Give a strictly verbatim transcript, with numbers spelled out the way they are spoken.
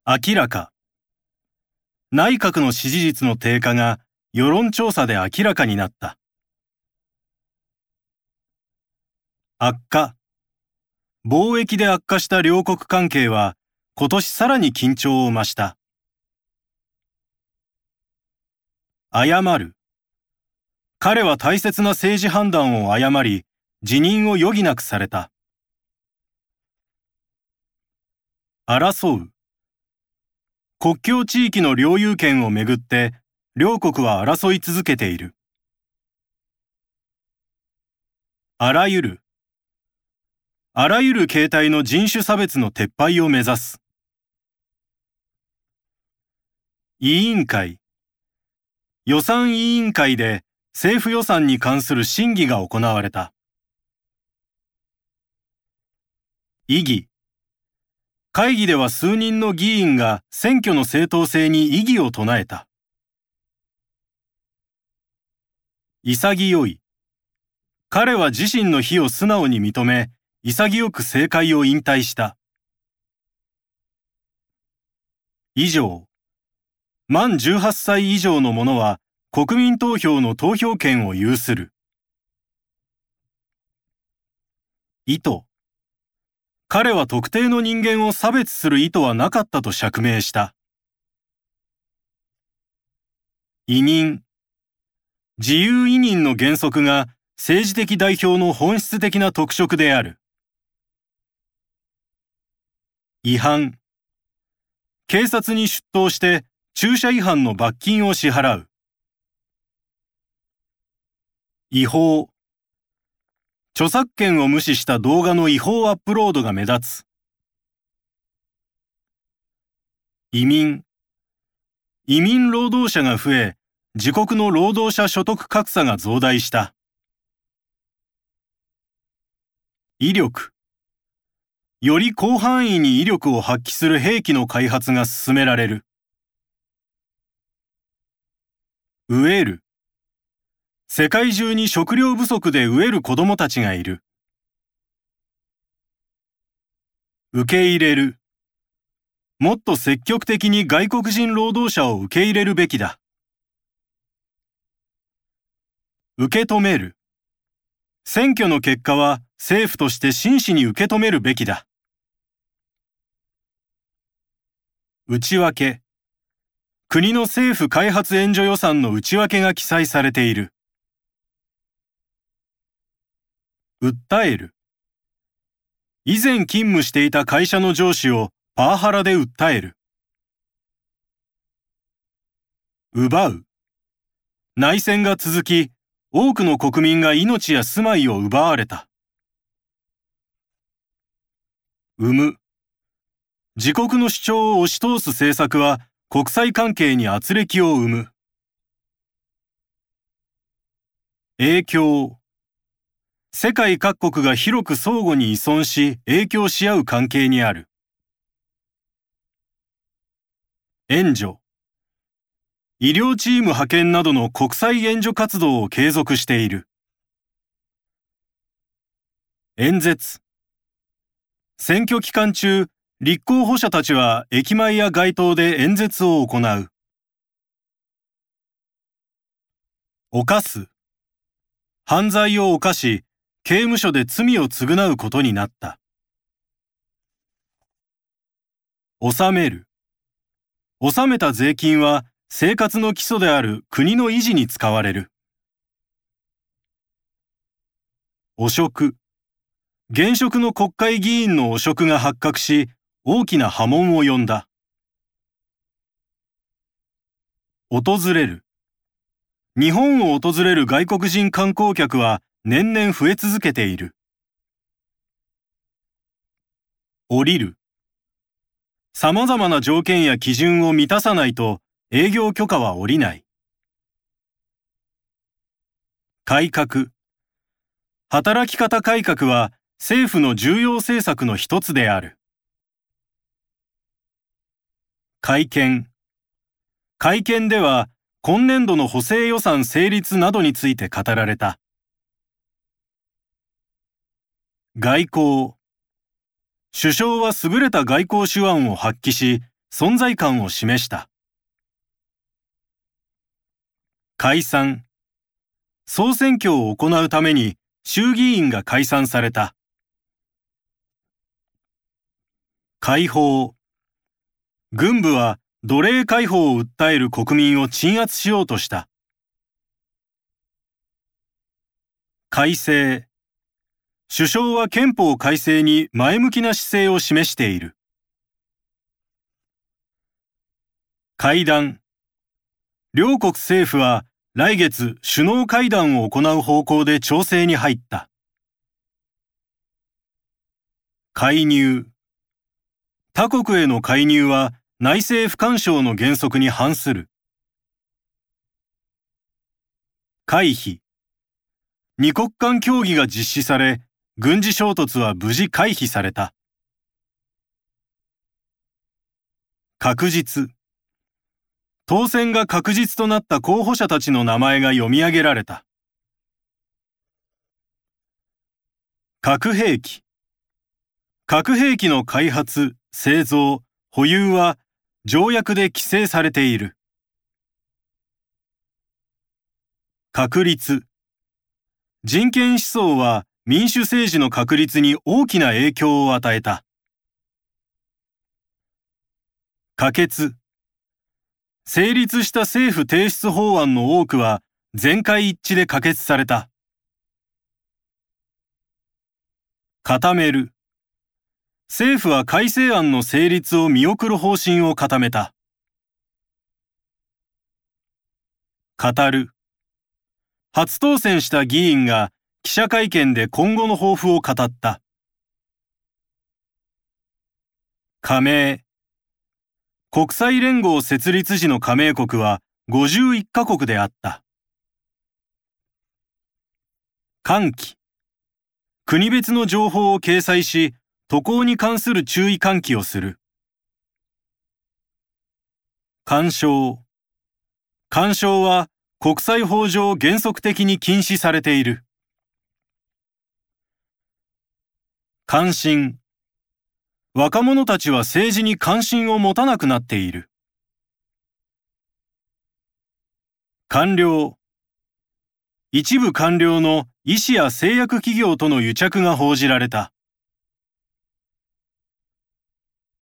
明らか。内閣の支持率の低下が世論調査で明らかになった。悪化。貿易で悪化した両国関係は今年さらに緊張を増した。誤る。彼は大切な政治判断を誤り、辞任を余儀なくされた。争う。国境地域の領有権をめぐって両国は争い続けている。あらゆる。あらゆる形態の人種差別の撤廃を目指す。委員会。予算委員会で政府予算に関する審議が行われた。異議。会議では数人の議員が選挙の正当性に異議を唱えた。潔い。彼は自身の非を素直に認め、潔く政界を引退した。以上。満じゅうはっさい以上の者は国民投票の投票権を有する。意図。彼は特定の人間を差別する意図はなかったと釈明した。委任。自由委任の原則が政治的代表の本質的な特色である。違反。警察に出頭して駐車違反の罰金を支払う。違法。著作権を無視した動画の違法アップロードが目立つ。移民。移民労働者が増え、自国の労働者所得格差が増大した。威力。より広範囲に威力を発揮する兵器の開発が進められる。飢える。世界中に食料不足で飢える子供たちがいる。受け入れる。もっと積極的に外国人労働者を受け入れるべきだ。受け止める。選挙の結果は政府として真摯に受け止めるべきだ。内訳。国の政府開発援助予算の内訳が記載されている。訴える。以前勤務していた会社の上司をパワハラで訴える。奪う。内戦が続き、多くの国民が命や住まいを奪われた。生む。自国の主張を押し通す政策は国際関係に軋轢を生む。影響。世界各国が広く相互に依存し影響し合う関係にある。援助。医療チーム派遣などの国際援助活動を継続している。演説。選挙期間中、立候補者たちは駅前や街頭で演説を行う。犯す。犯罪を犯し、刑務所で罪を償うことになった。納める。納めた税金は生活の基礎である国の維持に使われる。汚職。現職の国会議員の汚職が発覚し、大きな波紋を呼んだ。訪れる。日本を訪れる外国人観光客は年々増え続けている。降りる。様々な条件や基準を満たさないと営業許可は下りない。改革。働き方改革は政府の重要政策の一つである。会見。会見では今年度の補正予算成立などについて語られた。外交。首相は優れた外交手腕を発揮し、 存在感を示した。解散。総選挙を行うために衆議院が解散された。解放。軍部は奴隷解放を訴える国民を鎮圧しようとした。改正。首相は憲法改正に前向きな姿勢を示している。会談。両国政府は来月首脳会談を行う方向で調整に入った。介入。他国への介入は内政不干渉の原則に反する。回避。二国間協議が実施され、軍事衝突は無事回避された。確実。当選が確実となった候補者たちの名前が読み上げられた。核兵器。核兵器の開発、製造、保有は条約で規制されている。確立。人権思想は民主政治の確立に大きな影響を与えた。可決。成立した政府提出法案の多くは全会一致で可決された。固める。政府は改正案の成立を見送る方針を固めた。語る。初当選した議員が記者会見で今後の抱負を語った。加盟。国際連合設立時の加盟国はごじゅういっカ国であった。喚起。国別の情報を掲載し、渡航に関する注意喚起をする。干渉。干渉は国際法上原則的に禁止されている。関心。若者たちは政治に関心を持たなくなっている。官僚。一部官僚の医師や製薬企業との癒着が報じられた。